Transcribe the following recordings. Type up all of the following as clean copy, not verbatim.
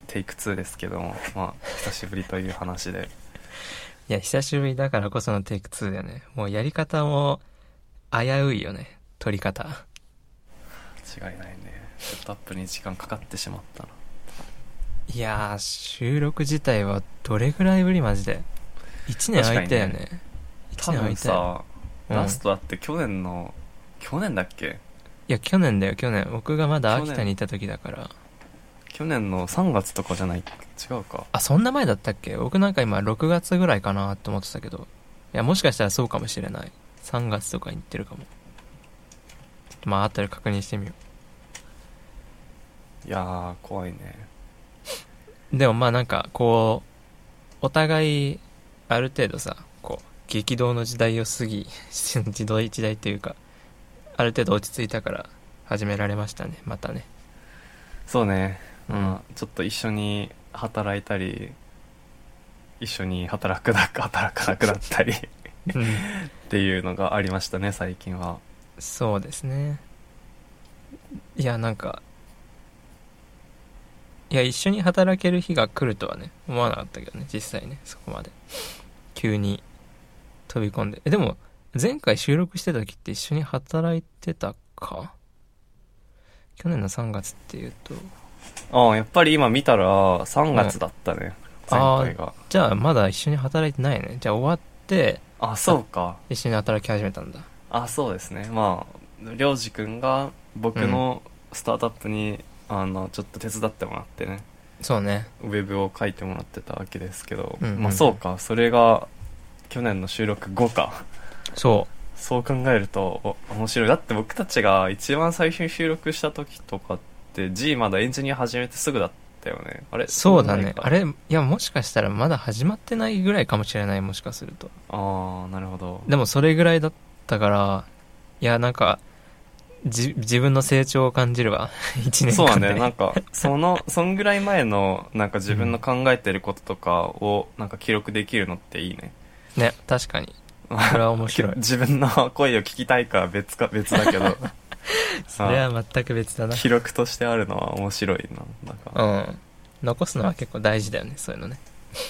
テイク2ですけども、まあ久しぶりという話で。 いや、久しぶりだからこそのテイク2だよね。もうやり方も危ういよね。撮り方。 違いないね。セットアップに時間かかってしまったな。 いやー、収録自体はどれぐらいぶりマジで。1年空いたよね。1 多分年空いたよ。 さ、 うん、 ラストだって去年だっけ？ いや、去年だよ、去年。僕がまだ秋田にいた時だから。 去年の3月とかじゃない？違うか。 あ、そんな前だったっけ？僕なんか今6月ぐらいかなって思ってたけど。いや、もしかしたらそうかもしれない。3月とかに行ってるかも。まあ、後で確認してみよいやー、怖いね。 う。でもまあなんか、こう、お互い、ある程度さ、こう、激動の時代を過ぎ、時代というか、ある程度落ち着いたから始められましたね、またね。 そうね。 うんまあちょっと一緒に働いたり、一緒に働かなくなったりっうん。 ていうのがありましたね、最近は。 そうですね。いや、なんか、いや、一緒に働ける日が来るとはね、思わなかったけどね、実際ね、そこまで。急に飛び込んで。でも、前回収録してた時って一緒に働いてたか？去年の3月っていうと、 ああ、やっぱり今見たら3月だったね、前ああ、 回が。 じゃあまだ一緒に働いてないね。じゃあ終わって、 あ、そうか。 一緒に働き始めたんだ。 あ、そうですね。まあ、りょうじくんが僕のスタートアップに、ちょっと手伝ってもらってね、 そうね。 ウェブを書いてもらってたわけですけど、 うんうんうん、 まあそうか、それが去年の収録後か。 そそう考えると面白い。だって僕たちが一番最初に収録した時とかって G まだエンジニア始めてすぐだったよね。あれ？ う。そうだね。 んなないか。 あれ、いや、もしかしたらまだ始まってないぐらいかもしれない、もしかすると。 ああ、なるほど。 でもそれぐらいだったから、いや、なんか、自分の成長を感じるわ。1年そうだね。 間で。 なんか、そんぐらい前の、なんか自分の考えてることとかを、なんか記録できるのっていいね。 ね、確かに。これは面白い。 自分の声を聞きたいかは別だけど。 それは全く別だな。 記録としてあるのは面白いな。なんか。 うん。残すのは結構大事だよね、そういうのね。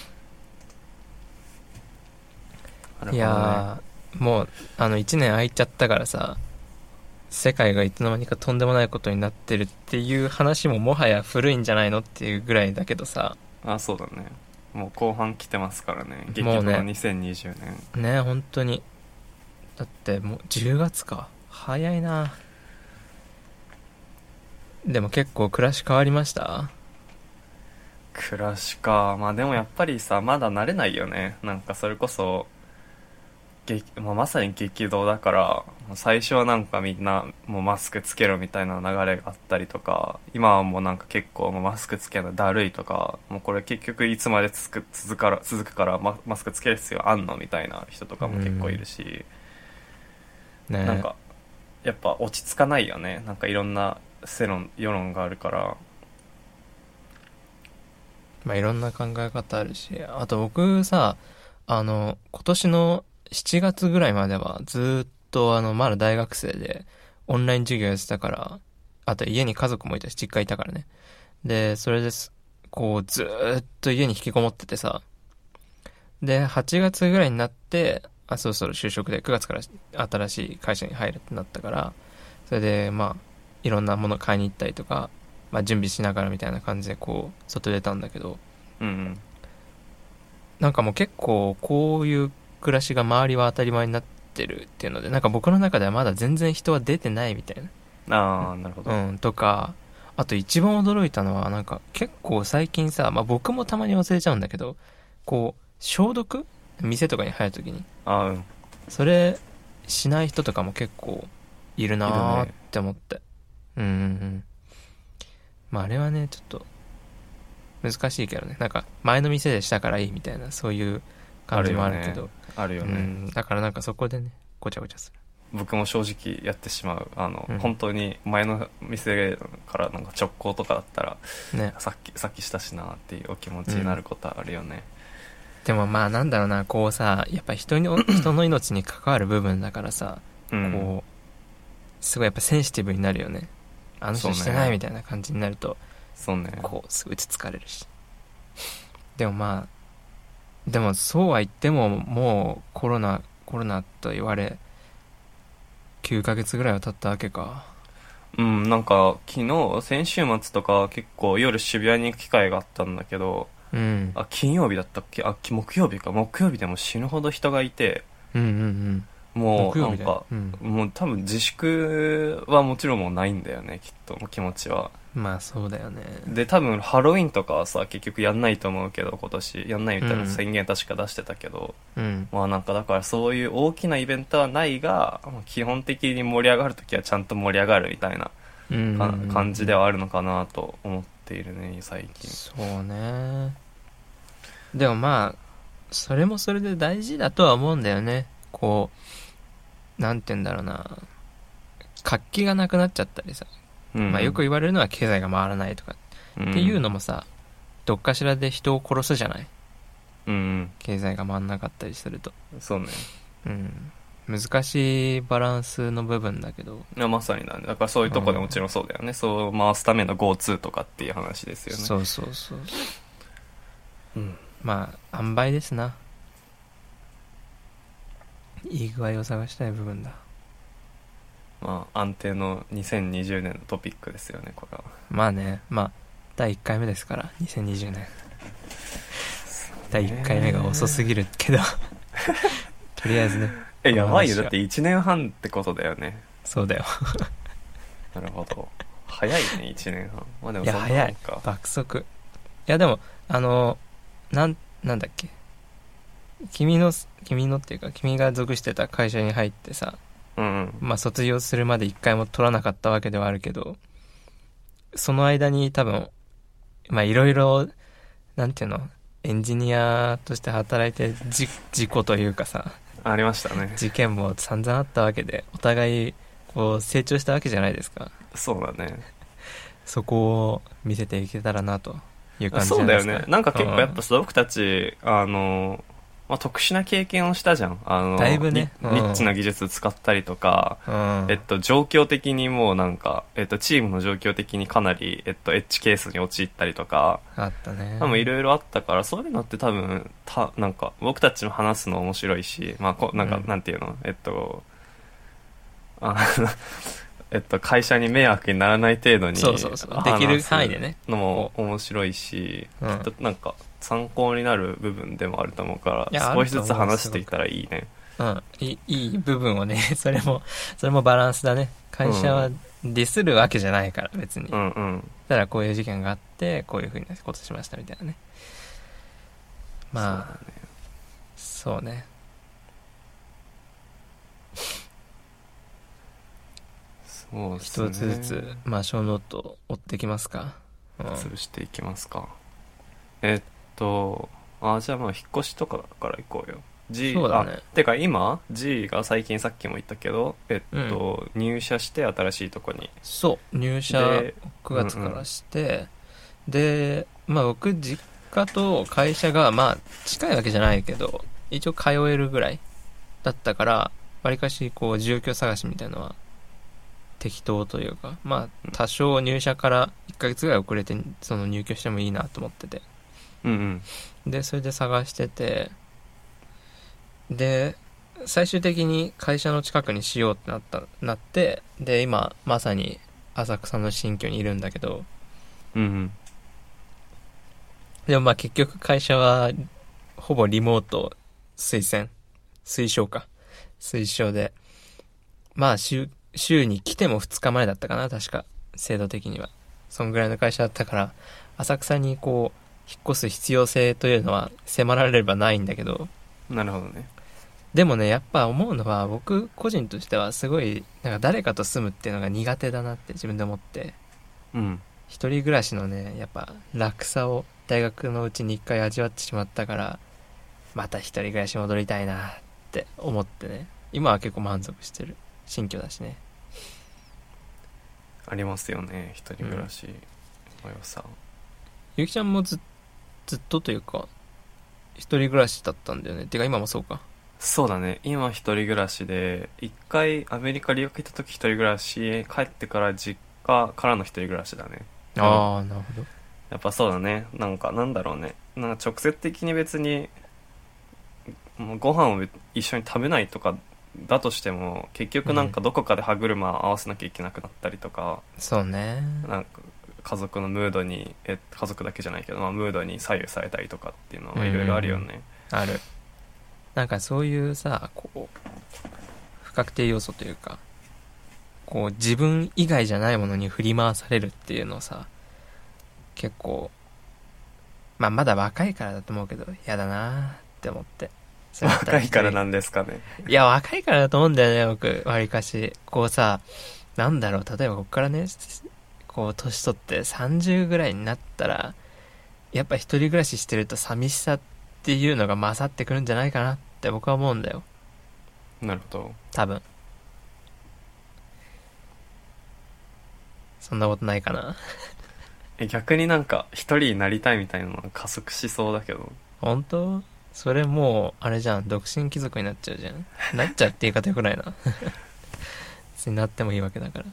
いなるほどね。 やー、もう、1年空いちゃったからさ、世界がいつの間にかとんでもないことになってるっていう話ももはや古いんじゃないのっていうぐらいだけどさ。 あ、そうだね。もう後半来てますからね。激動もうねの2020年。 ね、本当に。だってもう10月か。早いな。でも結構暮らし変わりました？ 暮らしか。まあでもやっぱりさ、まだ慣れないよね。なんかそれこそ、まあ、まさに激動だから、最初はなんかみんなもうマスクつけろみたいな流れがあったりとか、今はもうなんか結構もうマスクつけるのだるいとか、もうこれ結局いつまで続くからマスクつける必要あんのみたいな人とかも結構いるし、 ね。 なんかやっぱ落ち着かないよね。なんかいろんな世論があるから。 まあいろんな考え方あるし、あと僕さ、今年の7月ぐらいまではずーっとまだ大学生でオンライン授業やってたから、あと家に家族もいたし、実家いたからね。で、それです、こうずーっと家に引きこもっててさ、で、8月ぐらいになって、そろそろ就職で9月から新しい会社に入るってなったから、それでまあ、いろんなもの買いに行ったりとか、まあ準備しながらみたいな感じでこう、外出たんだけど、 うんうん。 なんかもう結構こういう暮らしが周りは当たり前になってるっていうので、なんか僕の中ではまだ全然人は出てないみたいああ、なるほど。 な。うん、とか、あと一番驚いたのはなんか結構最近さ、まあ僕もたまに忘れちゃうんだけど、こう、消毒店とかに入るときに、 ああ、うん。 それしない人とかも結構いるなーっいるね。 て思って。うんうんうん。まああれはね、ちょっと難しいけどね。なんか前の店でしたからいいみたいな、そういう感じもあるけど。 あるよね。 うん、だからなんかそこでね、ごちゃごちゃす僕も正直やってしまう。 る。 本当に前の店からなんか直行とかだったら、 うん。ね。 さっきしたしなっていうお気持ちになることあるよね。 でもまあなんだろうな、こうさ、やっぱ人の命に関わる部分だからさ、 うん。 こう、すごいやっぱセンシティブになるよね。あの人してないみたいな感じになると、 そうね。 こうすぐ打ち疲れるし。でもまあでもそうは言ってももうコロナと言われ9ヶ月ぐらいは経ったわけか。 うん、なんか昨日先週末とか結構夜渋谷に行く機会があったんだけど、 うん、 金曜日だったっけ、木曜日か、木曜日でも死ぬほど人がいて、 うんうんうんも木曜日だよ、 うなんか、 うん、 もう多分自粛はもちろんもうないんだよね、きっと気持ちは。 まあそうだよね。 で多分ハロウィンとかはさ結局やんないと思うけど、今年やんないみたいなうん宣言確か出してたけど、 うんまあなんかだからそういう大きなイベントはないが、基本的に盛り上がるときはちゃんと盛り上がるみたいなうんうんうんうん感じではあるのかなと思っているね、最近。 そうね。でもまあそれもそれで大事だとは思うんだよね。こうなんて言うんだろうな、活気がなくなっちゃったりさ、 うんうん、 まあよく言われるのは経済が回らないとかっていうのもさ、どっかしらで人を殺すじゃない、 うんうん経済が回んなかったりすると。 そうね。 うん難しいバランスの部分だけど、 いやまさになんで、だからそういうとこでもちろんそうだよね、そう回すための GoTo とかっていう話ですよね。 そうそうそう、 うん、 まあ塩梅ですな。いい具合を探したい部分だ。 まあ安定の2020年のトピックですよね、これは。 まあね、まあ第1回目ですから2020年第1回目が遅すぎるけどとりあえずね。 やばいよ、だって1年半ってことだよね。 そうだよなるほど、早いね1年半。まあでもいやそんな早いもんか。 爆速。いやでもなんだっけ、君のっていうか君が属してた会社に入ってさ、 うんうんまあ卒業するまで1回も取らなかったわけではあるけど、その間に多分まあいろいろなんていうの、エンジニアとして働いて事故というかさ、 ありましたね。 事件も散々あったわけで、お互いこう成長したわけじゃないですか。 そうだね。 そこを見せていけたらなという感じじそうゃないですか。 だよね。なんか結構やっぱさ、僕たちまあ、特殊な経験をしたじゃん。 だいぶね、 ニッチな技術使ったりとか、 うん、 状況的にもうなんか、チームの状況的にかなり、エッジケースに陥ったりとか、 あったね。 多分いろいろあったから、そういうのって多分、なんか、僕たちも話すの面白いし、まあ、なんか、 うんなんていうの、あ会社に迷惑にならない程度にそうそうそうできる範囲でねのも面白いし、 うんきっとなんか参考になる部分でもあると思うかいやら、少しずつ話していったらいいね。 うんいい部分をねそれもバランスだね。会社はディスるわけじゃないから別に、 うんうん。 ただこういう事件があってこういうふうなことしましたみたいなね。まあそうね。 そうっすね。 一つずつまあ小ノートを追ってきますか。 潰していきますか。じゃあまあ引っ越しとかから行こうよ。 そうだね。 てか今 G が最近さっきも言ったけど、入社して新しいとこに。 そう入社9月からして、でまあ僕実家と会社がまあ近いわけじゃないけど一応通えるぐらいだったから、わりかしこう住居探しみたいなのは適当というか、まあ多少入社から1ヶ月ぐらい遅れてその入居してもいいなと思ってて、 うんうん。 でそれで探してて、で最終的に会社の近くにしようってなって、で今まさに浅草の新居にいるんだけど、 うんうん。 でもまあ結局会社はほぼリモート推奨で、まあ週に来ても2日前だったかな、確か制度的にはそんぐらいの会社だったから、浅草にこう引っ越す必要性というのは迫られればないんだけど、 なるほどね。 でもねやっぱ思うのは、僕個人としてはすごいなんか誰かと住むっていうのが苦手だなって自分で思って、 うん一人暮らしのねやっぱ楽さを大学のうちに一回味わってしまったから、また一人暮らし戻りたいなって思ってね、今は結構満足してる。新居だしね。 ありますよね、一人暮らしの良さ。 ゆきちゃんもずっとというか一人暮らしだったんだよね。てか今もそうか。 そうだね、今一人暮らしで、一回アメリカ留学行った時一人暮らし、帰ってから実家からの一人暮らしだね。 ああなるほど。 やっぱそうだね。なんかなんだろうね。なんか直接的に別にもうご飯を一緒に食べないとかだとしても、結局なんかどこかで歯車合わせなきゃいけなくなったりとか、 そうね。 なんか家族のムードに、家族だけじゃないけど、まあ、ムードに左右されたりとかっていうのはいろいろあるよね。 ある。なんかそういうさ、こう、不確定要素というか、こう自分以外じゃないものに振り回されるっていうのをさ、結構、まあまだ若いからだと思うけど、嫌だなーって思って。それだった若いから一人なんですかね。 いや、若いからだと思うんだよね、僕、わりかし。こうさ、なんだろう、例えばこっからね、こう、年取って30ぐらいになったら、やっぱ一人暮らししてると寂しさっていうのが勝ってくるんじゃないかなって僕は思うんだよ。 なるほど。 多分。そんなことないかな。 逆になんか一人になりたいみたいなのは加速しそうだけど。 本当？それもう、あれじゃん、独身貴族になっちゃうじゃん。なっちゃうって言い方よくないな。別になってもいいわけだから。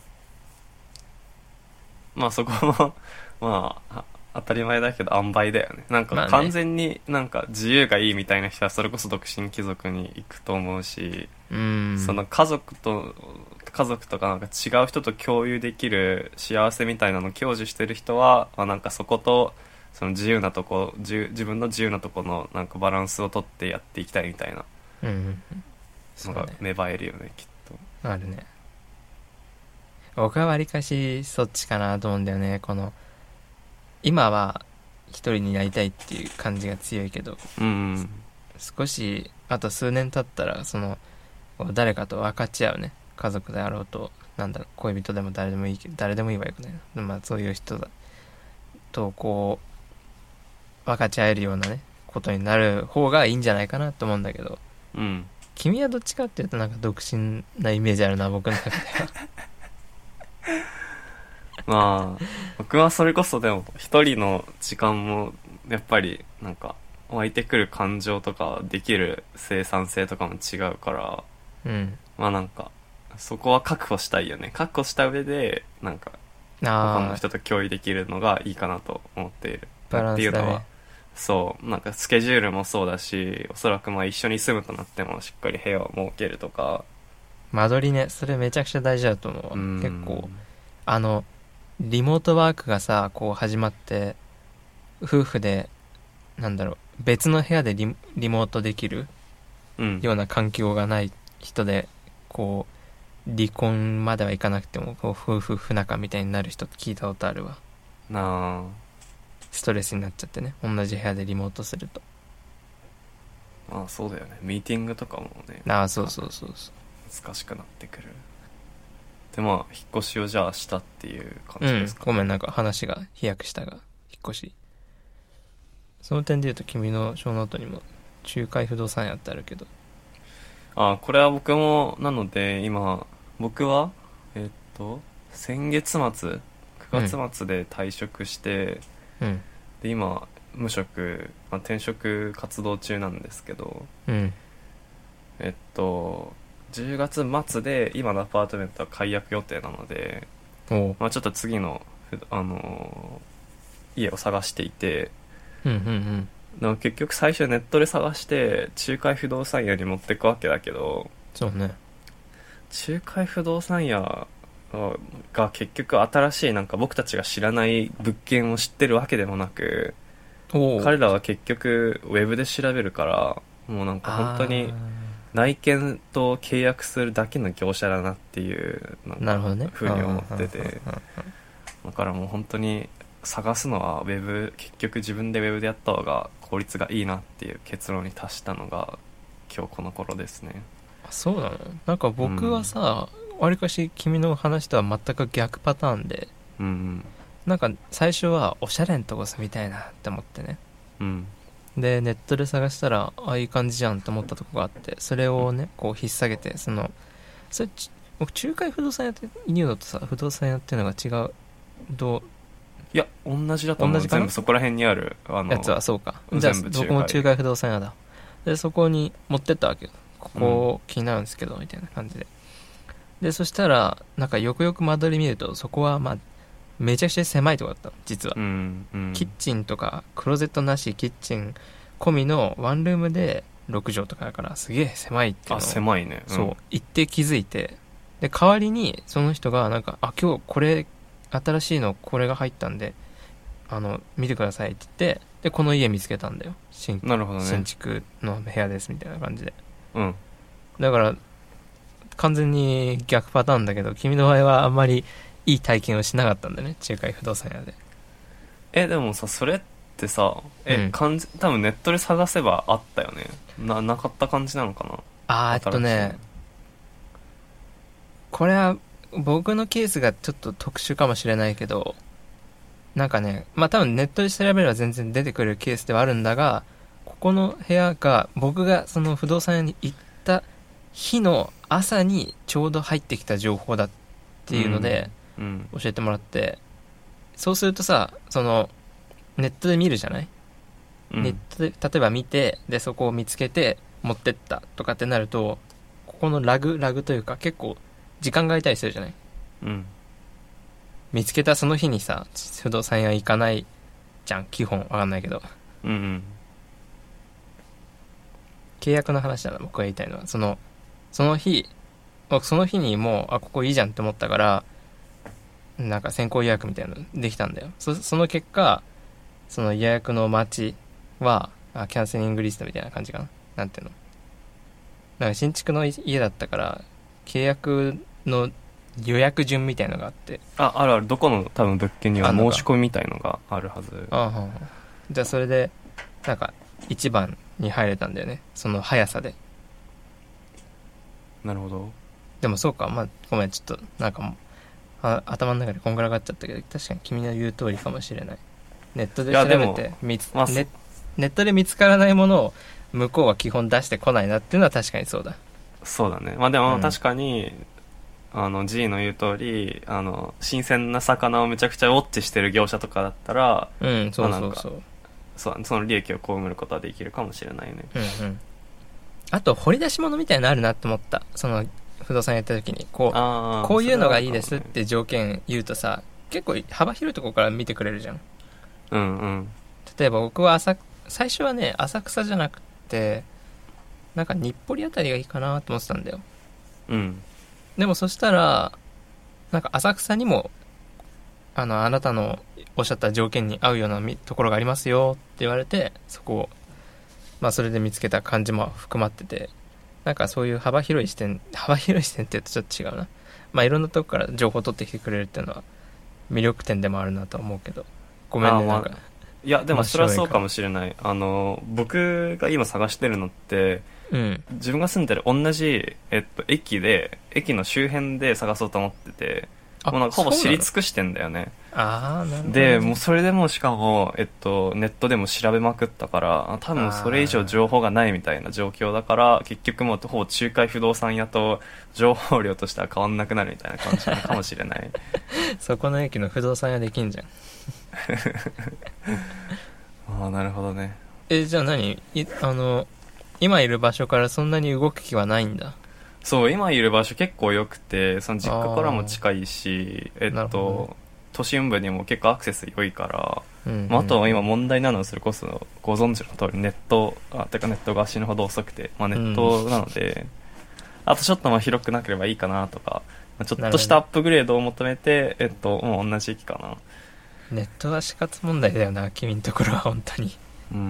まあそこもまあ当たり前だけど塩梅だよね。なんまあねか完全になんか自由がいいみたいな人はそれこそ独身貴族に行くと思うし、その家族とかなんか違う人と共有できる幸せみたいなのを享受してる人は、まあ、なんかそことその自由なとこ、自分の自由なとこのなんかバランスをとってやっていきたいみたいなのが芽生えるよね、きっと。 あるね。僕はわりかしそっちかなと思うんだよね。この、今は一人になりたいっていう感じが強いけど、少し、あと数年経ったら、その、誰かと分かち合うね。家族であろうと、なんだろう、恋人でも誰でもいいけど、誰でもいいわよね。まあそういう人だと、こう、分かち合えるようなね、ことになる方がいいんじゃないかなと思うんだけど、君はどっちかっていうとなんか独身なイメージあるな、僕の中では。 まあ僕はそれこそでも一人の時間もやっぱりなんか湧いてくる感情とかできる生産性とかも違うから、まあなんかそこは確保したいよね。確保した上でなんか他の人と共有できるのがいいかなと思っている。 バランスだね。 っていうのはそうなんかスケジュールもそうだし、おそらくまあ一緒に住むとなってもしっかり部屋を設けるとか。 間取りね、それめちゃくちゃ大事だと思うわ。結構リモートワークがさ、こう始まって、夫婦で、なんだろう、別の部屋でリモートできるような環境がない人で、こう、離婚まではいかなくても、こう、夫婦不仲みたいになる人って聞いたことあるわ。ストレスになっちゃってね、同じ部屋でリモートすると。 まあそうだよね。ミーティングとかもね。 そう。 難しくなってくる。でまあ引っ越しをじゃあしたっていう感じですか、 ごめん、なんか話が飛躍したが、引っ越し。その点で言うと君の小ノートにも仲介不動産屋ってあるけど、 これは僕もなので今僕は先月末9月末で退職して、で今無職、転職活動中なんですけど、10月末で今のアパートメントは解約予定なので、まあ、ちょっと次の、家を探していて、でも結局最初ネットで探して仲介不動産屋に持ってくわけだけど、 そうね、 仲介不動産屋が結局新しいなんか僕たちが知らない物件を知ってるわけでもなく、彼らは結局ウェブで調べるから、もうなんか本当に内見と契約するだけの業者だなっていうなんか風に思ってて、だからもう本当に探すのはウェブ、結局自分でウェブでやった方が効率がいいなっていう結論に達したのが今日この頃ですね。 そうなの？なんか僕はさ、わりかし君の話とは全く逆パターンで、なんか最初はおしゃれんとこ住みたいなって思ってね、でネットで探したらいい感じじゃんって思ったとこがあって、それをねこう引っ提げて、それ僕仲介不動産屋って言うのとさ、不動産屋っていうのが違う、 いや同じだと思う。全部そこら辺にあるやつはそうか。じゃあ僕も仲介不動産屋だ。でそこに持ってったわけよ。ここ気になるんですけどみたいな感じで。でそしたらなんかよくよく間取り見ると、そこはまあめちゃくちゃ狭いとこだったの実は、 うんうん。 キッチンとかクローゼットなしキッチン込みのワンルームで6畳とかだからすげえ狭いっていうあ、 のを狭いね。 そう言って気づいて、で代わりにその人がなんか今日これ新しいのこれが入ったんで見てくださいって言って、でこの家見つけたんだよ。 なるほどね。 新築の部屋ですみたいな感じで。 うん。 だから完全に逆パターンだけど、君の場合はあんまりいい体験をしなかったんだね、仲介不動産屋で。 でもさ、それってさ、 うん多分ネットで探せばあったよね。なかった感じなのかな。 これは僕のケースがちょっと特殊かもしれないけど、なんかね、まあ多分ネットで調べれば全然出てくるケースではあるんだが、ここの部屋が僕がその不動産屋に行った日の朝にちょうど入ってきた情報だっていうので教えてもらって、そうするとさ、そのネットで見るじゃない、ネットで例えば見て、でそこを見つけて持ってったとかってなると、ここのラグというか結構時間が空いたりするじゃない。見つけたその日にさ、不動産屋行かないじゃん、基本。わかんないけど。契約の話だな、僕が言いたいのは。その日、僕その日にもう、ここいいじゃんって思ったから、なんか先行予約みたいなのできたんだよ。その結果、その予約の待ちは、キャンセリングリストみたいな感じかな。なんていうの。なんか新築の家だったから、契約の予約順みたいのがあって。 あるある。どこの多分物件には申し込みみたいのがあるはず。 じゃあそれでなんか1番に入れたんだよね、その速さで。 なるほど。 でもそうか、まあごめん、ちょっとなんかもう頭の中でこんがらがっちゃったけど、確かに君の言う通りかもしれない。ネットで調べてネットで見つからないものを向こうは基本出してこないなっていうのは確かにそうだ。 そうだね。まあでも確かに、G の言う通り、新鮮な魚をめちゃくちゃウォッチしてる業者とかだったら、そうその利益を被ることはできるかもしれないね。 あと掘り出し物みたいなのあるなって思った。その不動産やった時にこういうのがいいですって条件言うとさ、結構幅広いところから見てくれるじゃん。例えば僕は最初はね、浅草じゃなくてなんか日暮里あたりがいいかなと思ってたんだよ。でもそしたらなんか浅草にもあなたのおっしゃった条件に合うようなところがありますよって言われて、そこをまあそれで見つけた感じも含まってて、なんかそういう幅広い視点って言うとちょっと違うな。まあいろんなとこから情報を取ってきてくれるっていうのは魅力点でもあるなと思うけど、ごめんね、なんか。 いやでもそれはそうかもしれない。僕が今探してるのって、自分が住んでる同じ、駅の周辺で探そうと思ってて、もうなんかほぼ知り尽くしてんだよね。 なるほどね。 でもうそれでもしかも、ネットでも調べまくったから、多分それ以上情報がないみたいな状況だから、結局もうほぼ仲介不動産屋と情報量としては変わんなくなるみたいな感じなのかもしれないそこの駅の不動産屋できんじゃんなるほどね。 じゃあ今いる場所からそんなに動く気はないんだ。 そう、今いる場所結構良くて、その実家からも近いし、都心部にも結構アクセス良いから、あとは今問題なのはそれこそご存知の通りネットが死ぬほど遅くて、ネットなので、あとちょっと広くなければいいかなとか、ちょっとしたアップグレードを求めて、もう同じ駅かな。 ネットは死活問題だよな、君のところは本当に。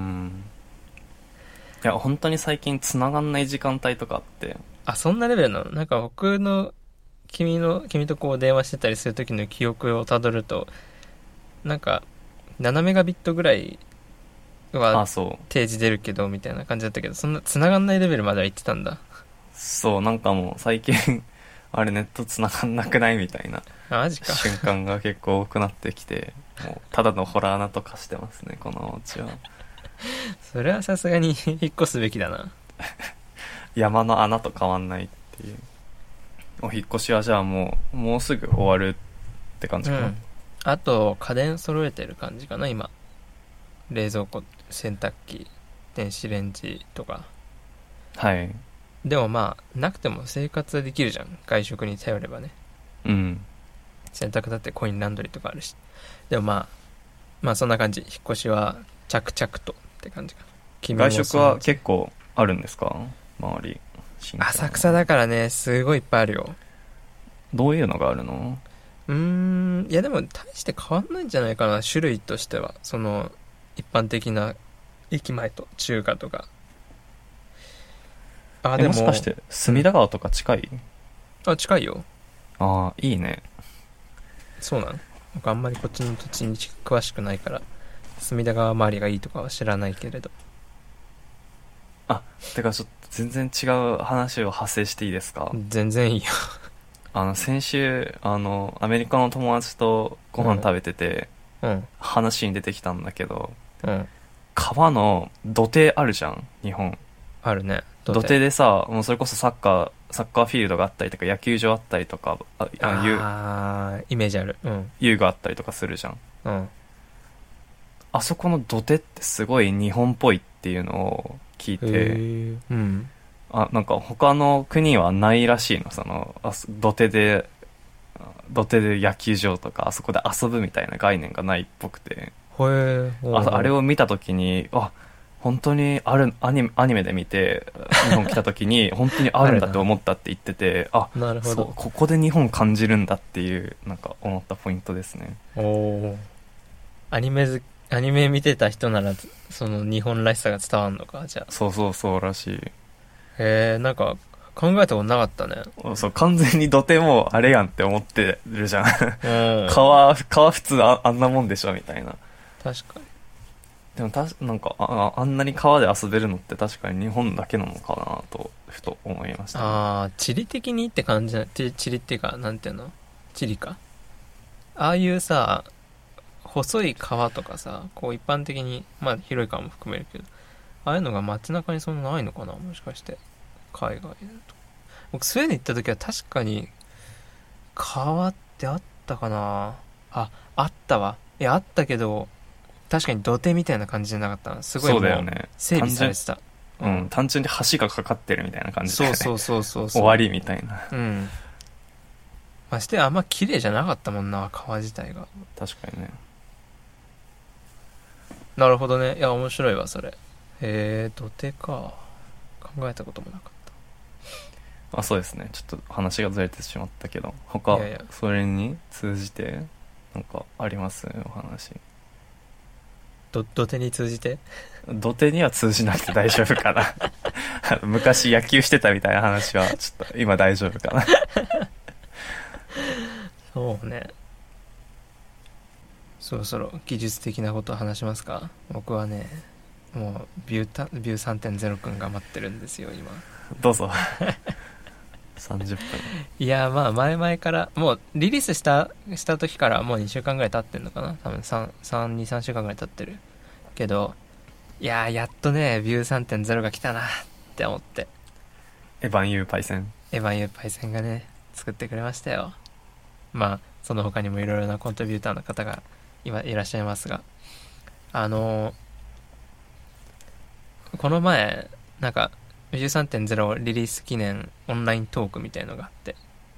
いや本当に最近繋がんない時間帯とかあって。 そんなレベルなの？なんか僕の君とこう電話してたりする時の記憶をたどると、なんか7メガビットぐらいは提示出るけどみたいな感じだったけど、そんな繋がんないレベルまでは言ってたんだ。 そう、なんかもう最近あれネット繋がんなくないみたいなマジか瞬間が結構多くなってきて、もうただのホラー穴とかしてますね、このお家は。 それはさすがに引っ越すべきだな。 山の穴と変わんないっていう。お引っ越しはじゃあもうすぐ終わるって感じかな。 あと家電揃えてる感じかな今。冷蔵庫、洗濯機、電子レンジとか。でもまあなくても生活はできるじゃん、外食に頼ればね。 洗濯だってコインランドリーとかあるし。でもまあそんな感じ。引っ越しは着々とって感じかな。 外食は結構あるんですか？周り。 浅草だからね、すごいいっぱいあるよ。 どういうのがあるの？ いやでも大して変わんないんじゃないかな、種類としては。その一般的な駅前と中華とか。でももしかして隅田川とか近い？ 近いよ。 ああ、いいね。 そうなん？僕あんまりこっちの土地に詳しくないから隅田川周りがいいとかは知らないけれど。 てかちょっと全然違う話を派生していいですか？ 全然いいよ。 先週アメリカの友達とご飯食べてて、話に出てきたんだけど、川の土手あるじゃん、日本。 あるね。 土手でさ、もうそれこそサッカーフィールドがあったりとか野球場あったりとか、 イメージある。 遊具あったりとかするじゃん。あそこの土手ってすごい日本っぽいっていうのを聞いて、なんか他の国はないらしいの。その土手で野球場とかあそこで遊ぶみたいな概念がないっぽくて、あれを見た時に本当にある。アニメで見て日本来た時に本当にあるんだって思ったって言っててなるほど。 ここで日本感じるんだっていうなんか思ったポイントですね。 アニメ見てた人ならその日本らしさが伝わるのか。じゃあそうらしい。 なんか考えたことなかったね。 そう、完全に土手もあれやんって思ってるじゃん。川普通あんなもんでしょみたいな。 確かに。 でもなんかあんなに川で遊べるのって確かに日本だけなのかなとふと思いました、ね。 地理的にって感じな。地理っていうかなんていうの？地理か。ああいうさ細い川とかさ、こう一般的に広い川も含めるけど、ああいうのが街中にそんなないのかな、もしかして。海外だと。僕スウェーデン行った時は確かに川ってあったかな。あったわ。いやあったけど確かに土手みたいな感じじゃなかったな。すごいもうそうだよね。 整備されてた。 単純に橋がかかってるみたいな感じだよね。 そう終わりみたいな。 ましてあんま綺麗じゃなかったもんな、川自体が。 確かにね。 なるほどね。いや面白いわそれ。土手か。考えたこともなかった。 そうですね。ちょっと話がずれてしまったけど、他それに通じてなんかあります？お話。 土手に通じて？ 土手には通じなくて大丈夫かな。昔野球してたみたいな話はちょっと今大丈夫かな。 そうね。そろそろ技術的なことを話しますか。僕はね、もうビュー 3.0 くんが待ってるんですよ今。 どうぞ。30分。 いや前々からもうリリースした時からもう2週間ぐらい経ってんのかな。多分3週間ぐらい経ってるけど、いややっとねビュー 3.0 が来たなって思って。 エヴァン U パイセンがね作ってくれましたよ。その他にもいろいろなコントリビューターの方が今いらっしゃいますが、この前なんか 13.0 リリース記念オンライントークみたいのがあって、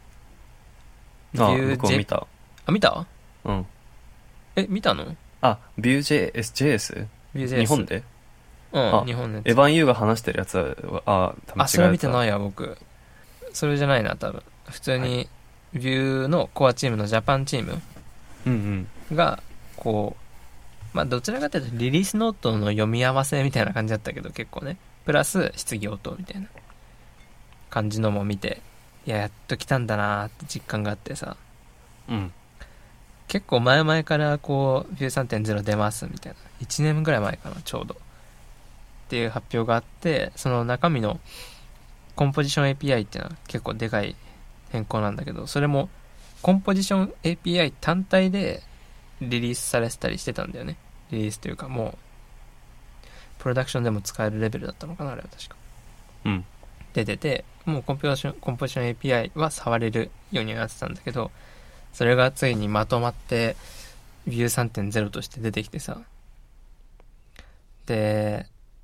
僕も見た。 見た？見たの？ ビュー JS？ 日本で？ 日本のやつ。 エヴァン U が話してるやつは多分違うやつ。 それ見てないや僕。それじゃないな多分。普通にビューのコアチームのジャパンチームがこうどちらかというとリリースノートの読み合わせみたいな感じだったけど、結構ねプラス質疑応答みたいな感じのも見て、やっと来たんだなーって実感があってさ、結構前々からこうビュー 3.0 出ますみたいな、1年ぐらい前かなちょうどっていう発表があって、その中身のコンポジション API っていうのは結構でかい変更なんだけど、それもコンポジション API 単体でリリースされてたりしてたんだよね。リリースというかもうプロダクションでも使えるレベルだったのかな、あれは確か。出てて、もうコンポジション API は触れるようになってたんだけど、それがついにまとまってビュー 3.0 として出てきてさ、で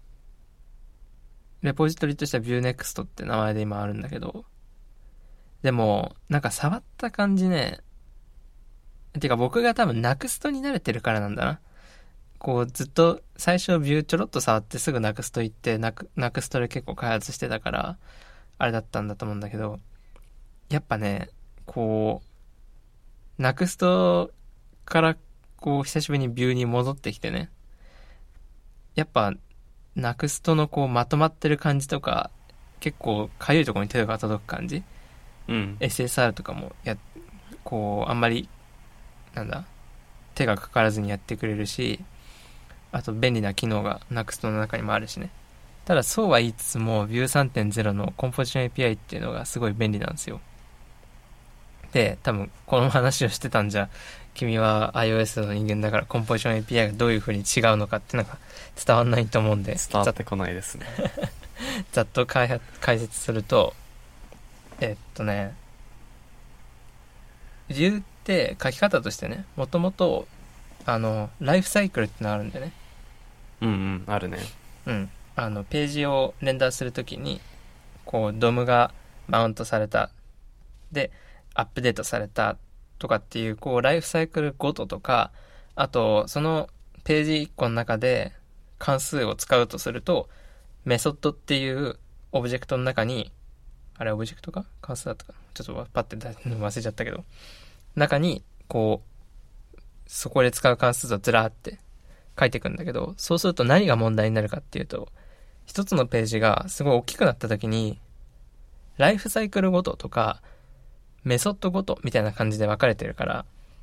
レポジトリとしては Vuenext って名前で今あるんだけど、でもなんか触った感じね、 てか僕が多分 Next に慣れてるからなんだな。こうずっと最初ビューちょろっと触ってすぐ Next 行って、Next で結構開発してたから、あれだったんだと思うんだけど、やっぱね、こう、Next からこう久しぶりにビューに戻ってきてね、やっぱ Next のこうまとまってる感じとか、結構かゆいところに手が届く感じ、 うん。 SSR とかもこうあんまりなんだ手がかからずにやってくれるし、あと便利な機能が Next の中にもあるしね。ただそうは言いつつも Vue 3.0のコンポジション API っていうのがすごい便利なんですよ。で、多分この話をしてたんじゃ、君は iOS の人間だからコンポジション API がどういう風に違うのかっていうのが伝わんないと思うんで、 伝わってこないですね。 ざっと解説すると、Vue って書き方としてね、もともとライフサイクルってのがあるんでね。 うんうん、あるね。 うん。ページをレンダーするときに、こう、DOM がマウントされた。で、アップデートされたとかっていう、こう、ライフサイクルごととか、あと、そのページ1個の中で関数を使うとすると、メソッドっていうオブジェクトの中に、あれオブジェクトか関数だったかちょっとパッて忘れちゃったけど、中に、こう、そこで使う関数をずらーって書いていくんだけど、そうすると何が問題になるかっていうと、一つのページがすごい大きくなった時に、ライフサイクルごととか、メソッドごとみたいな感じで分かれてるから、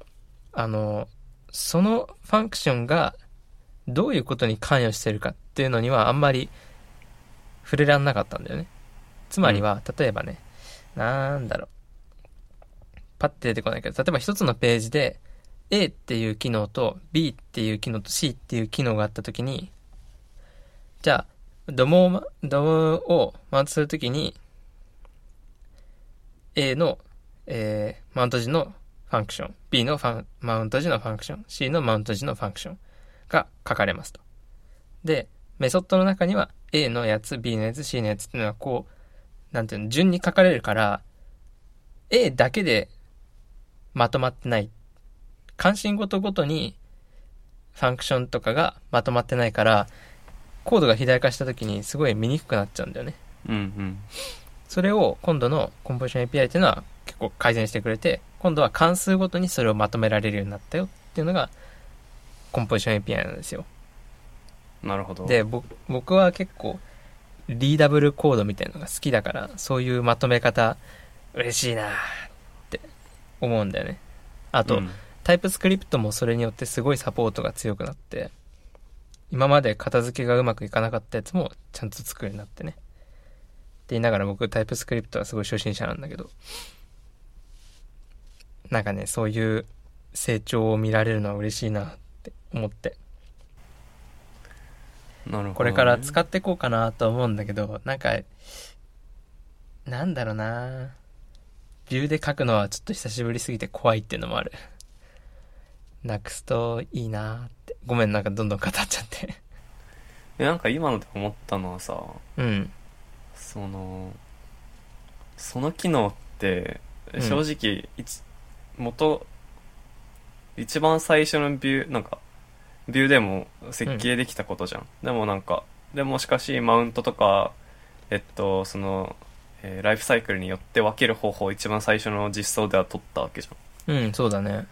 そのファンクションがどういうことに関与してるかっていうのにはあんまり触れらんなかったんだよね。つまりは、例えばね、なんだろう。パッて出てこないけど、例えば一つのページで A っていう機能と B っていう機能と C っていう機能があったときに、じゃあ、ドムをマウントするときに、A の、マウント時のファンクション、B のマウント時のファンクション、C のマウント時のファンクションが書かれますと。で、メソッドの中には A のやつ、B のやつ、C のやつっていうのはこう、なんていうの、順に書かれるから、A だけでまとまってない。関心ごとごとにファンクションとかがまとまってないから、コードが肥大化した時にすごい見にくくなっちゃうんだよね。 うんうん。 それを今度のコンポジション API っていうのは結構改善してくれて、今度は関数ごとにそれをまとめられるようになったよっていうのがコンポジション API なんですよ。 なるほど。 で、僕は結構リーダブルコードみたいなのが好きだから、そういうまとめ方嬉しいなって思うんだよね。あと、タイプスクリプトもそれによってすごいサポートが強くなって、今まで片付けがうまくいかなかったやつもちゃんと作るようになってね。って言いながら僕タイプスクリプトはすごい初心者なんだけど、なんかね、そういう成長を見られるのは嬉しいなって思って、 なるほどね。 これから使っていこうかなと思うんだけど、なんか、なんだろうな、ビューで書くのはちょっと久しぶりすぎて怖いっていうのもある。なくすといいなって。ごめん、なんかどんどん語っちゃってなんか今ので思ったのはさ、 うん。 その機能って正直、一番最初のビューでも設計できたことじゃん。でもしかしマウントとか、ライフサイクルによって分ける方法を一番最初の実装では取ったわけじゃん。 うん、そうだね。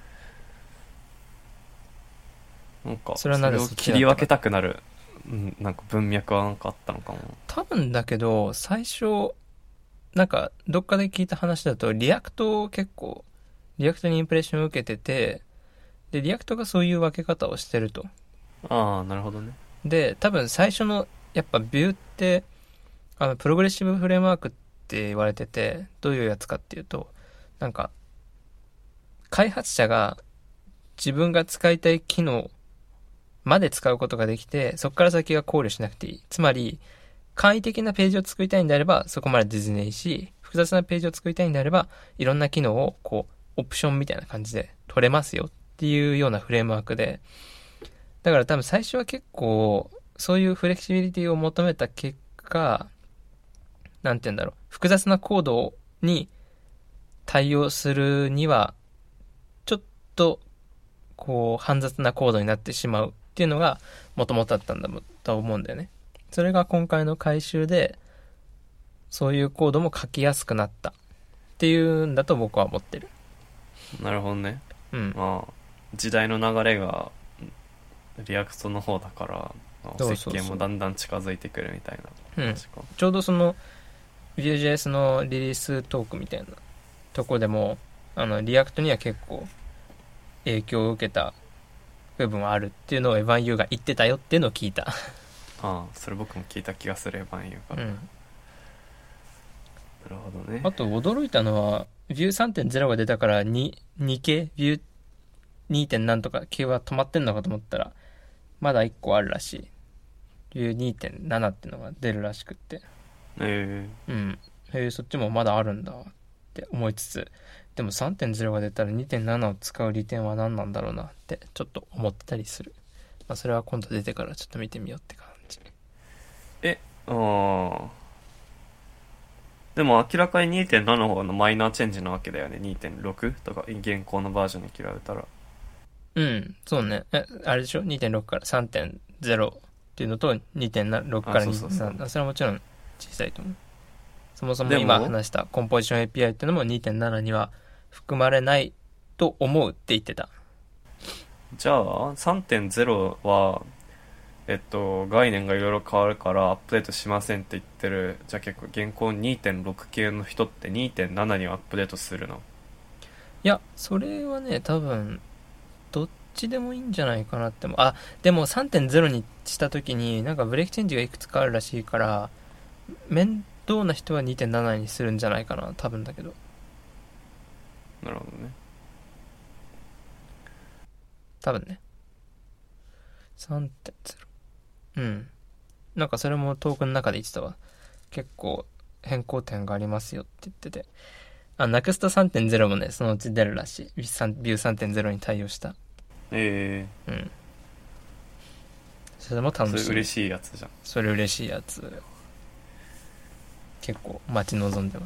それを切り分けたくなる、なんか文脈はなんかあったのかも。 多分だけど、最初、なんかどっかで聞いた話だと、リアクトにインプレッションを受けてて、で、リアクトがそういう分け方をしてると。 ああ、なるほどね。 で、多分最初の、やっぱビューって、プログレッシブフレームワークって言われてて、どういうやつかっていうと、なんか、開発者が自分が使いたい機能まで使うことができて、そこから先は考慮しなくていい。つまり、簡易的なページを作りたいんであれば、そこまで全然いいし、複雑なページを作りたいんであれば、いろんな機能を、こう、オプションみたいな感じで取れますよっていうようなフレームワークで、だから多分最初は結構、そういうフレキシビリティを求めた結果、なんて言うんだろう、複雑なコードに対応するには、ちょっとこう煩雑なコードになってしまうっていうのがもともとだったんだと思うんだよね。それが今回の改修でそういうコードも書きやすくなったっていうんだと僕は思ってる。 なるほどね。 うん。 まあ時代の流れがリアクトの方だから、まあそうそうそう設計もだんだん近づいてくるみたいな話か。 ちょうどその Vue.js のリリーストークみたいなとこでもリアクトには結構影響を受けた部分はあるっていうのをエヴァン・ユーが言ってたよっていうのを聞いた。 ああ、それ僕も聞いた気がする、エヴァンユーから。なるほどね。 あと驚いたのは Vue3.0 が出たから2系 Vue2. 何とか系は止まってんのかと思ったらまだ1個あるらしい。 Vue2.7 っていうのが出るらしくって、そっちもまだあるんだって思いつつ、でも 3.0 が出たら 2.7 を使う利点は何なんだろうなってちょっと思ってたりする。まあそれは今度出てからちょっと見てみようって感じ。 でも明らかに 2.7 の方のマイナーチェンジなわけだよね。 2.6 とか現行のバージョンに比べたら。 そうね。あれでしょ 2.6 から 3.0 っていうのと 2.6 から 2.3。それはもちろん小さいと思う。そもそも今話したコンポジション API っていうのも 2.7 には含まれないと思うって言ってた。 じゃあ 3.0 は概念がいろいろ変わるからアップデートしませんって言ってる。じゃあ結構現行 2.6 系の人って 2.7 にはアップデートするの？ いや、それはね、多分どっちでもいいんじゃないかなっても。でも 3.0 にした時になんかブレーキチェンジがいくつかあるらしいから面倒な人は 2.7 にするんじゃないかな、多分だけど。 なるほどね。 多分ね。3.0。なんかそれもトークの中で言ってたわ。結構変更点がありますよって言ってて。Next 3.0 もね、そのうち出るらしい。Vue 3.0 に対応した。それも楽しみ。 それ嬉しいやつじゃん。 それ嬉しいやつ。結構待ち望んでます。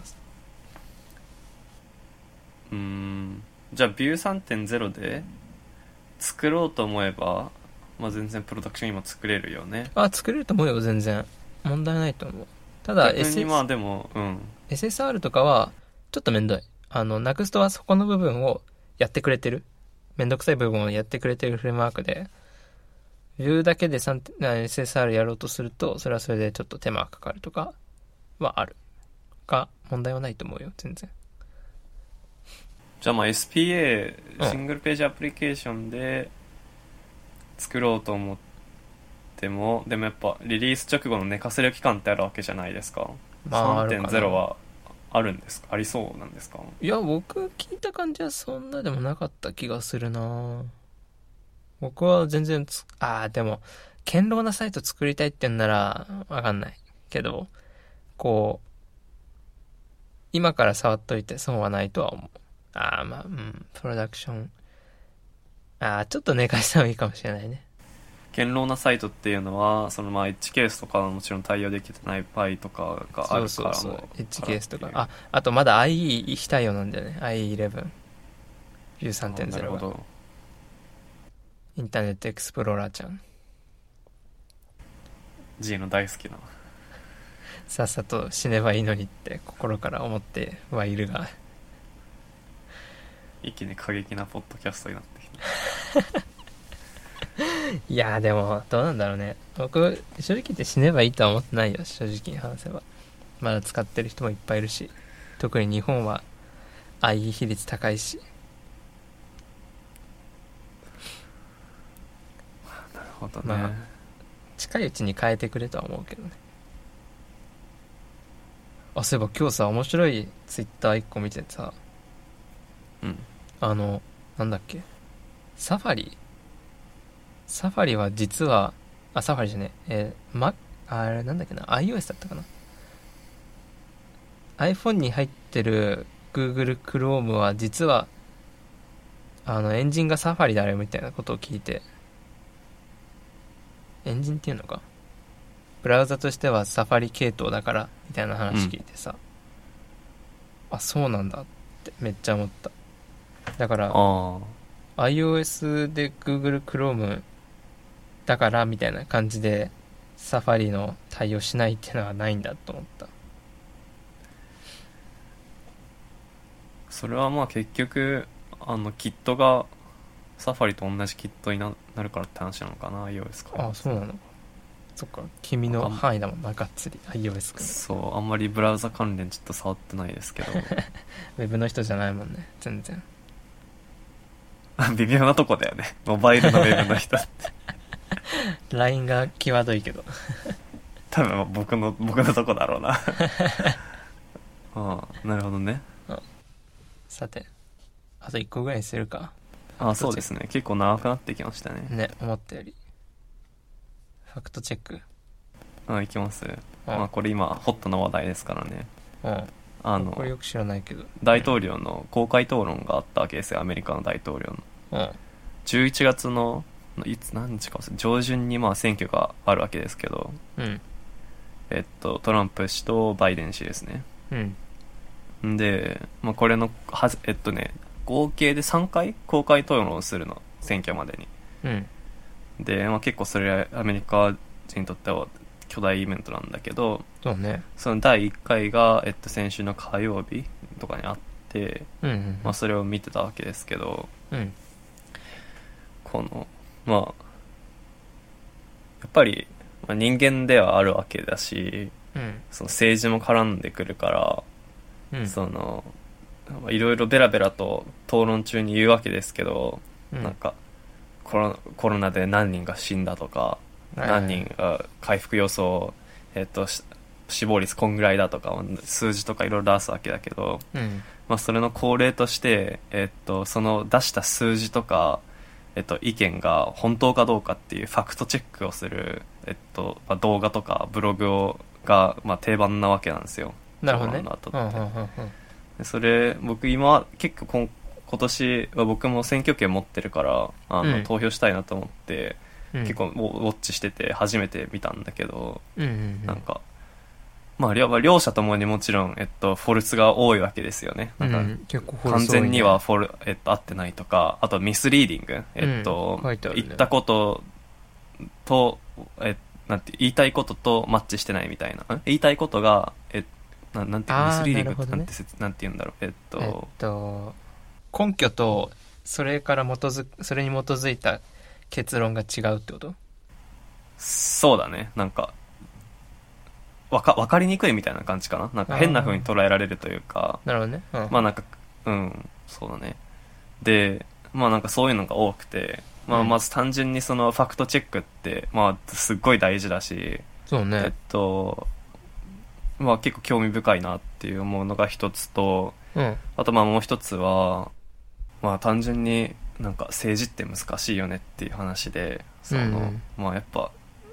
じゃあ Vue 3.0 で作ろうと思えば、まあ、全然プロダクション今作れるよね。 作れると思うよ、全然問題ないと思う。ただ逆にまあでも SSR とかはちょっとめんどい。Next はそこの部分をやってくれてる、めんどくさい部分をやってくれてるフレームワークで、Vue だけでSSR やろうとするとそれはそれでちょっと手間がかかるとかはあるが、問題はないと思うよ、全然。 じゃあまあ SPA、シングルページアプリケーションで作ろうと思っても、でもやっぱリリース直後の寝かせる期間ってあるわけじゃないですか。3.0 はあるんですか？ありそうなんですか？ いや、僕聞いた感じはそんなでもなかった気がするな。僕は全然でも堅牢なサイト作りたいってんならわかんないけど、こう今から触っといて損はないとは思う。プロダクションちょっと寝かした方がいいかもしれないね。 堅牢なサイトっていうのはそのまあエッジケースとかはもちろん対応できてない場合とかがあるから、 そうエッジケースとかあとまだ IE 非対応なんだよね。 IE11 Vue 3.0 が。なるほど。インターネットエクスプローラーちゃん G の大好きな、 さっさと死ねばいいのにって心から思ってはいるが、 一気に過激なポッドキャストになってきたいやでもどうなんだろうね。僕正直言って死ねばいいとは思ってないよ、正直に話せば。まだ使ってる人もいっぱいいるし、特に日本は IE 比率高いし。 なるほどね。 近いうちに変えてくれとは思うけどね。そういえば今日さ、面白いツイッター1個見てさ、なんだっけ、サファリは実はサファリじゃねあれなんだっけな、 iOS だったかな。 iPhone に入ってる Google Chrome は実はエンジンがサファリであるみたいなことを聞いて、エンジンっていうのか、ブラウザとしてはサファリ系統だからみたいな話聞いてさ、そうなんだってめっちゃ思った。だから iOS で Google Chrome だからみたいな感じでサファリの対応しないっていうのはないんだと思った。 それはまあ結局キットがサファリと同じキットになるからって話なのかな、 iOS から。 あ、そうなのか。そっか、君の範囲だもんな、がっつり iOS くん。 そうあんまりブラウザ関連ちょっと触ってないですけどウェブの人じゃないもんね、全然。 微妙なとこだよね、モバイルのウェブの人って。 LINE が際どいけど多分僕のとこだろうなああ、なるほどね。 さて、あと1個ぐらいにするか。 ああ、そうですね、結構長くなってきましたね。 ね、思ったより。ファクトチェック。 ああ、いきます。まあこれ今ホットな話題ですからね。 これよく知らないけど。 大統領の公開討論があったわけですよ、アメリカの大統領の。11月の何日か忘れ、上旬にまあ選挙があるわけですけど、トランプ氏とバイデン氏ですね。で、まあ、これの合計で3回公開討論をするの、選挙までに。で、まあ、結構それアメリカ人にとっては巨大イベントなんだけど、 そうね、 その第1回が、先週の火曜日とかにあって、まあ、それを見てたわけですけど、このまあやっぱり、まあ、人間ではあるわけだし、その政治も絡んでくるから、そのいろいろベラベラと討論中に言うわけですけど、なんかコロナで何人が死んだとか、何人が回復予想、死亡率こんぐらいだとか数字とかいろいろ出すわけだけど、まあ、それの恒例として、その出した数字とか、意見が本当かどうかっていうファクトチェックをする、まあ、動画とかブログが、まあ、定番なわけなんですよ。 なるほどね。 それ僕今結構今年は僕も選挙権持ってるから投票したいなと思って、結構ウォッチしてて初めて見たんだけど、なんかまあ両者ともにもちろん、フォルスが多いわけですよね。なんか完全には合ってないとか、あとミスリーディング、言ったことと、なんて言いたいこととマッチしてないみたいな、言いたいことがなんてミスリーディングってなんて言うんだろう、 根拠とそれに基づいた結論が違うってこと？ そうだね、なんか分かりにくいみたいな感じかな。なんか変な風に捉えられるというか。 なるほどね。 まあなんかそうだね。でまあなんかそういうのが多くて、まあまず単純にそのファクトチェックってまあすっごい大事だし、 そうね、 まあ結構興味深いなっていう思うのが一つと、あとまあもう一つはまあ単純になんか政治って難しいよねっていう話で、まあやっぱ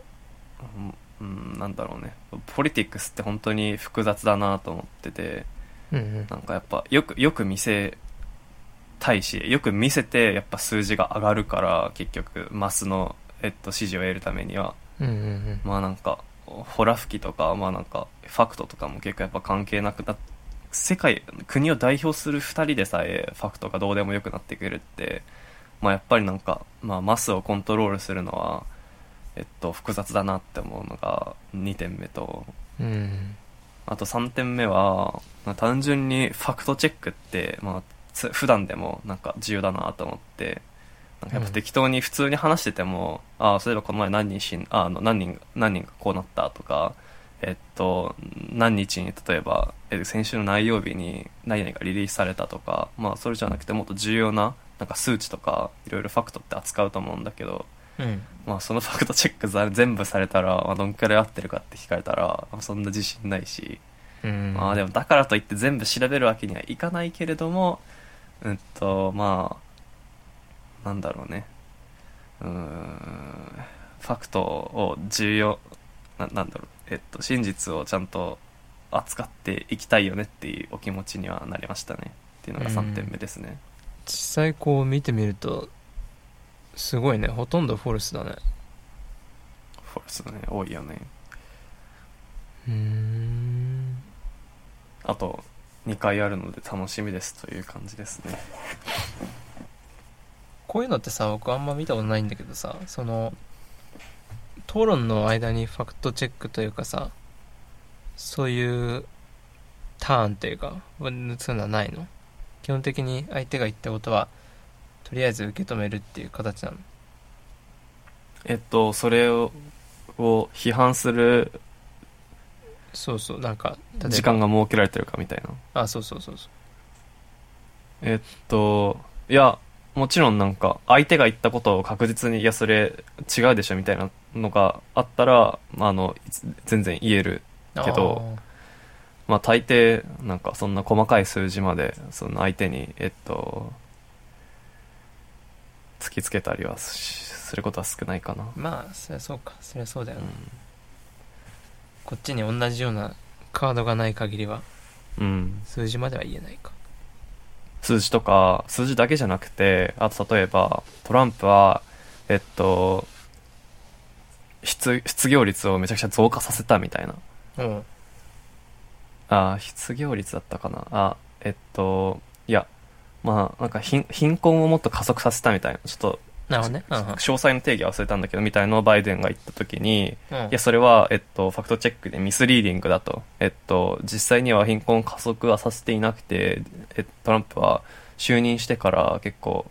なんだろうね、ポリティックスって本当に複雑だなと思ってて、なんかやっぱよく見せたいし、よく見せてやっぱ数字が上がるから、結局マスの、支持を得るためには、まあなんかホラ吹きとか、まあなんかファクトとかも結構やっぱ関係なくなって、国を代表する2人でさえファクトがどうでもよくなってくるって、まあやっぱりなんか、まあ、マスをコントロールするのは複雑だなって思うのが2点目と、あと3点目は、まあ、単純にファクトチェックって、まあ、普段でもなんか重要だなと思って、なんかやっぱ適当に普通に話してても、そういえばこの前何人がこうなったとか、何日に例えば、先週の何曜日に何々がリリースされたとか、まあそれじゃなくてもっと重要ななんか数値とかいろいろファクトって扱うと思うんだけど、まあそのファクトチェック全部されたら、まあ、どんくらい合ってるかって聞かれたら、まあ、そんな自信ないし、まあでもだからといって全部調べるわけにはいかないけれども、まあなんだろうね、ファクトをなんだろう、真実をちゃんと扱っていきたいよねっていうお気持ちにはなりましたねっていうのが3点目ですね。 実際こう見てみるとすごいね、ほとんどフォルスだね。 フォルスだね、多いよね。あと2回あるので楽しみですという感じですね。 こういうのってさ、僕あんま見たことないんだけどさ、その討論の間にファクトチェックというかさ、そういうターンというかそういうのはないの？基本的に相手が言ったことはとりあえず受け止めるっていう形なの？ それを批判するそうそう、なんか例えば時間が設けられてるかみたいな。 そうそうそうそいや、もちろんなんか、相手が言ったことを確実に、いや、それ違うでしょみたいなのがあったら、全然言えるう。 けど、まあ大抵、なんかそんな細かい数字まで、その相手に、突きつけたりはすることは少ないかな。 まあそりゃそうか、そりゃそうだよね、 うん。 こっちに同じようなカードがない限りはうん。 数字までは言えないか。 数字とか、数字だけじゃなくて、あと例えば、トランプは、失業率をめちゃくちゃ増加させたみたいな。 うん。 失業率だったかな。いや、まあ、なんか貧困をもっと加速させたみたいな。ちょっと、 なるほどね。 詳細の定義は忘れたんだけど、みたいなのをバイデンが言ったときに、 うん。 いや、それは、ファクトチェックでミスリーディングだと。実際には貧困加速はさせていなくて、トランプは就任してから結構、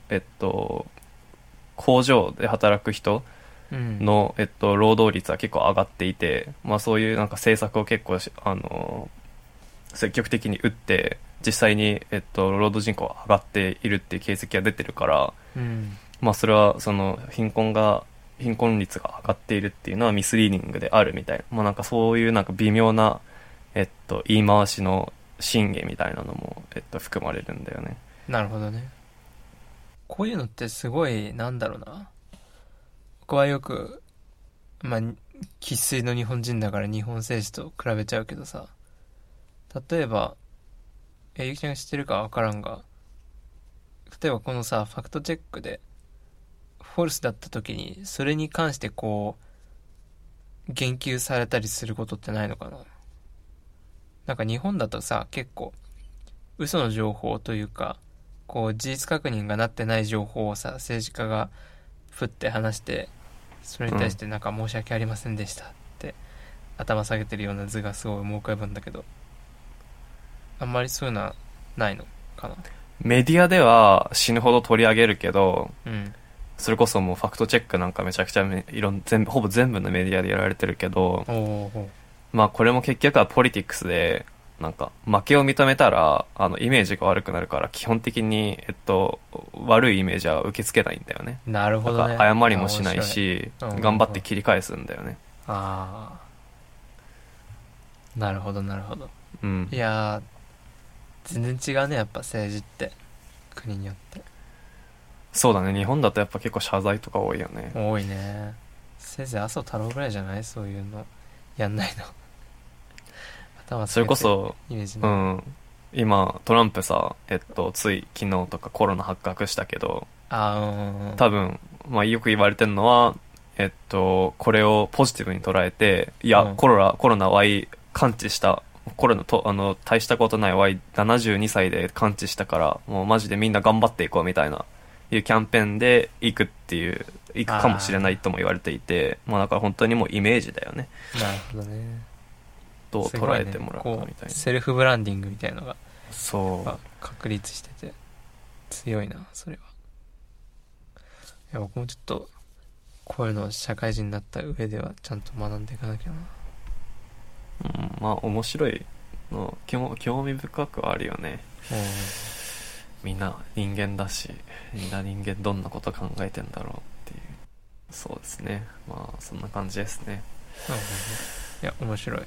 工場で働く人うん。 の、労働率は結構上がっていて、まあそういうなんか政策を結構積極的に打って、実際に、労働人口が上がっているっていう形跡が出てるから、 うん。 まあそれはその貧困率が上がっているっていうのはミスリーディングであるみたいな。まあなんかそういうなんか微妙な、言い回しの真偽みたいなのも、含まれるんだよね。 なるほどね。こういうのってすごい、なんだろうな。僕はよく、まあ、生粋の日本人だから日本政治と比べちゃうけどさ、例えば、ゆきちゃんが知ってるかわからんが、例えばこのさ、ファクトチェックで、フォルスだった時に、それに関してこう、言及されたりすることってないのかな？なんか日本だとさ、結構、嘘の情報というか、こう、事実確認がなってない情報をさ、政治家が、ふって話して、それに対してなんか申し訳ありませんでしたって、頭下げてるような図がすごい思い浮かぶんだけど、あんまりそういうのはないのかな？ メディアでは死ぬほど取り上げるけど、 うん。 それこそもうファクトチェックなんかめちゃくちゃほぼ全部のメディアでやられてるけど、 おお。 まあこれも結局はポリティクスで、なんか負けを認めたら、イメージが悪くなるから、基本的に、悪いイメージは受け付けないんだよね。 なるほどね。 なんか謝りもしないし、頑張って切り返すんだよね。 ああ。なるほど、なるほど。 うん。 いやー、全然違うね、やっぱ政治って。国によって。 そうだね、日本だとやっぱ結構謝罪とか多いよね。 多いね。せいぜい麻生太郎ぐらいじゃない？そういうの。やんないの。頭つそれけてこそ、 イメージない。 うん。今、トランプさ、つい昨日とかコロナ発覚したけど、多分、まあよく言われてるのは、これをポジティブに捉えて、いや、 うんコロナは完治した、コロナと、大したことない72歳で完治したから、もうマジでみんな頑張っていこうみたいな、いうキャンペーンで行くかもしれないとも言われていて、まあだから本当にもうイメージだよね。 なるほどね。 どう捉えてもらうかみたいな。 こうセルフブランディングみたいのがそう。 確立してて強いな、それは。いや、僕もちょっとこういうのを社会人になった上ではちゃんと学んでいかなきゃな。 うん、まあ面白いの、興味深くはあるよね。みんな人間だし、みんな人間どんなこと考えてんだろうっていう。そうですね。まあそんな感じですね。 いや、面白い。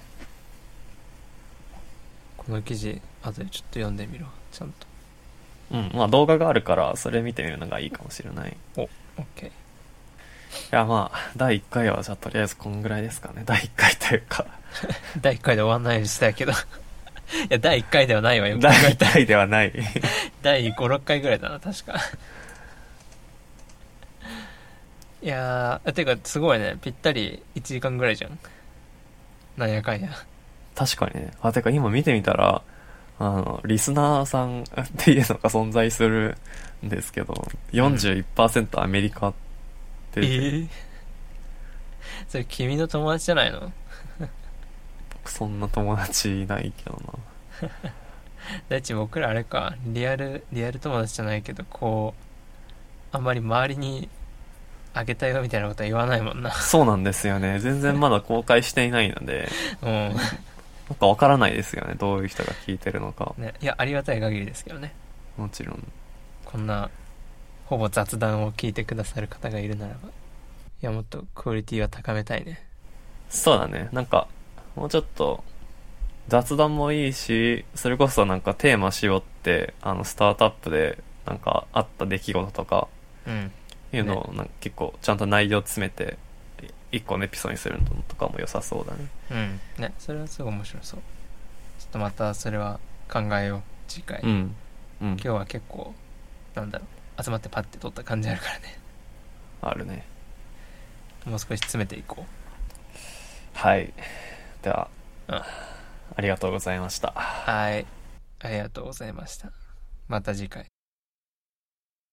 この記事後でちょっと読んでみろ、ちゃんと。 うん、まあ動画があるからそれ見てみるのがいいかもしれない。 オッケー。 いやまあ第1回はじゃあとりあえずこんぐらいですかね。第1回というか第1回で終わんないようにしたいけどいや、第1回ではないわよ。 第1回ではない第5、6回ぐらいだな、確かいやー、てかすごいね、ぴったり1時間ぐらいじゃん。なんやかんや。 確かにね。てか今見てみたら、 リスナーさんっていうのが存在するんですけど、41% アメリカって出てる、 それ君の友達じゃないの？ 僕そんな友達いないけどだって僕らあれか、リアル友達じゃないけど、こう、あんまり周りにあげたよみたいなことは言わないもんな。 な。そうなんですよね。全然まだ公開していないので、 うん。 なんかわからないですよね。どういう人が聞いてるのか。 ね、いや、ありがたい限りですけどね。 もちろん。 こんな、ほぼ雑談を聞いてくださる方がいるならば。いや、もっとクオリティは高めたいね。 そうだね。なんか、もうちょっと、雑談もいいし、それこそなんかテーマ絞って、スタートアップで、なんかあった出来事とか、 うん。 いうのをなんか結構ちゃんと内容詰めて、一個のエピソードにするのとかも良さそうだね。 うん。ね、それはすごい面白そう。ちょっとまたそれは考えよう。次回。 うん。うん。 今日は結構、なんだろう、集まってパッて撮った感じあるからね。 あるね。 もう少し詰めていこはい。では、 う。うん。 ありがとうございました。 はい。ありがとうございました。また次回。